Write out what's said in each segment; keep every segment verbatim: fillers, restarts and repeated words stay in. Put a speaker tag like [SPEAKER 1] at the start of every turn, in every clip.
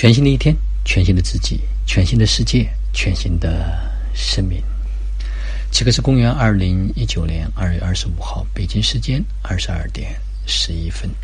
[SPEAKER 1] 全新的一天，全新的自己，全新的世界，全新的生命。此刻是公元二零一九年二月二十五号，北京时间二十二点十一分。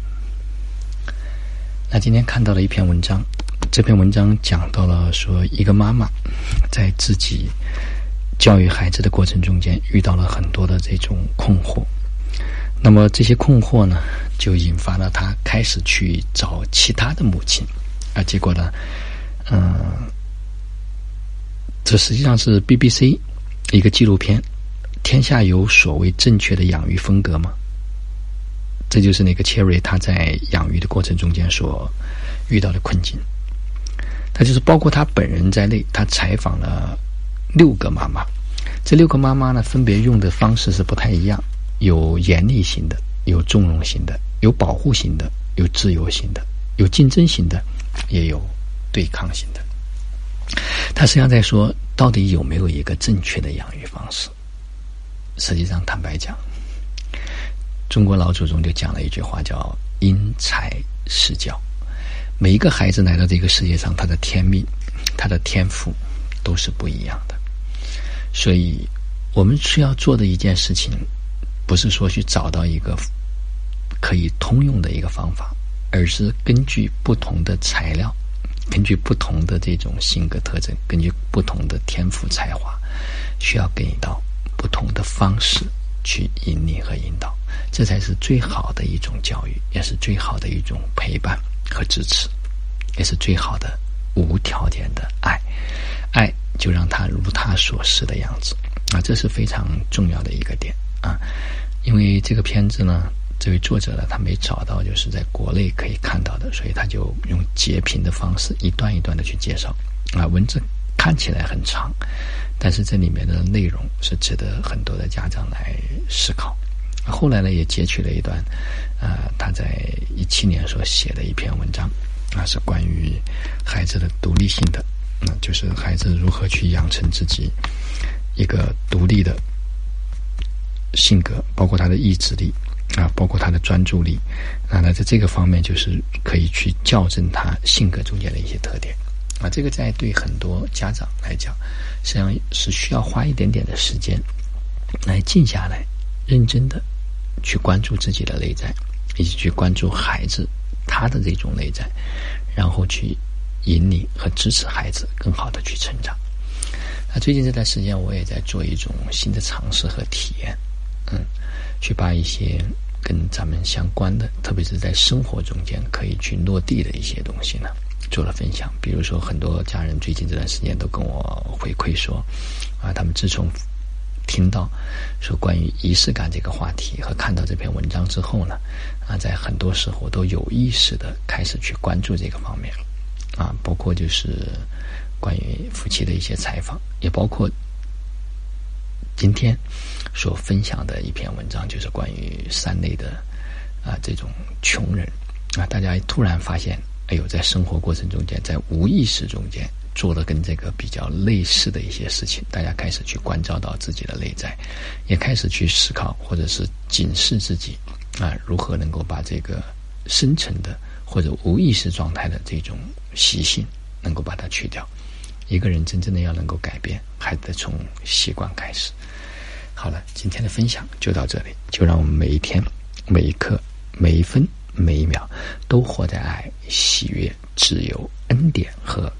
[SPEAKER 1] 那今天看到了一篇文章，这篇文章讲到了说，一个妈妈在自己教育孩子的过程中间遇到了很多的这种困惑，那么这些困惑呢，就引发了她开始去找其他的母亲啊，结果呢，嗯、呃，这实际上是 B B C 一个纪录片，天下有所谓正确的养育风格吗？这就是那个 Cherry 他在养育的过程中间所遇到的困境。他就是包括他本人在内，他采访了六个妈妈，这六个妈妈呢，分别用的方式是不太一样，有严厉型的，有纵容型的，有保护型的，有自由型的，有竞争型的，也有对抗型的。他实际上在说，到底有没有一个正确的养育方式？实际上坦白讲，中国老祖宗就讲了一句话，叫因材施教。每一个孩子来到这个世界上，他的天命，他的天赋都是不一样的。所以我们需要做的一件事情，不是说去找到一个可以通用的一个方法，而是根据不同的材料，根据不同的这种性格特征，根据不同的天赋才华，需要给到不同的方式去引领和引导，这才是最好的一种教育，也是最好的一种陪伴和支持，也是最好的无条件的爱。爱就让他如他所示的样子啊，这是非常重要的一个点啊。因为这个片子呢，这位作者呢，他没找到就是在国内可以看到的，所以他就用截屏的方式一段一段的去介绍啊。文字看起来很长，但是这里面的内容是值得很多的家长来思考。后来呢，也截取了一段啊，他在一七年所写的一篇文章啊，是关于孩子的独立性的，那、嗯、就是孩子如何去养成自己一个独立的性格，包括他的意志力啊，包括他的专注力啊，那在这个方面就是可以去校正他性格中间的一些特点啊。这个在对很多家长来讲，实际上是需要花一点点的时间来静下来，认真的去关注自己的内在，以及去关注孩子他的这种内在，然后去引领和支持孩子更好的去成长。那最近这段时间我也在做一种新的尝试和体验，嗯，去把一些跟咱们相关的，特别是在生活中间可以去落地的一些东西呢，做了分享。比如说很多家人最近这段时间都跟我回馈说啊，他们自从听到说关于仪式感这个话题和看到这篇文章之后呢，啊，在很多时候都有意识的开始去关注这个方面啊，包括就是关于夫妻的一些采访，也包括今天所分享的一篇文章，就是关于三类的啊这种穷人啊，大家突然发现，哎呦，在生活过程中间，在无意识中间做了跟这个比较类似的一些事情，大家开始去关照到自己的内在，也开始去思考或者是警示自己啊，如何能够把这个深层的或者无意识状态的这种习性能够把它去掉。一个人真正的要能够改变，还得从习惯开始。好了，今天的分享就到这里，就让我们每一天每一刻每一分每一秒都活在爱、喜悦、自由、恩典和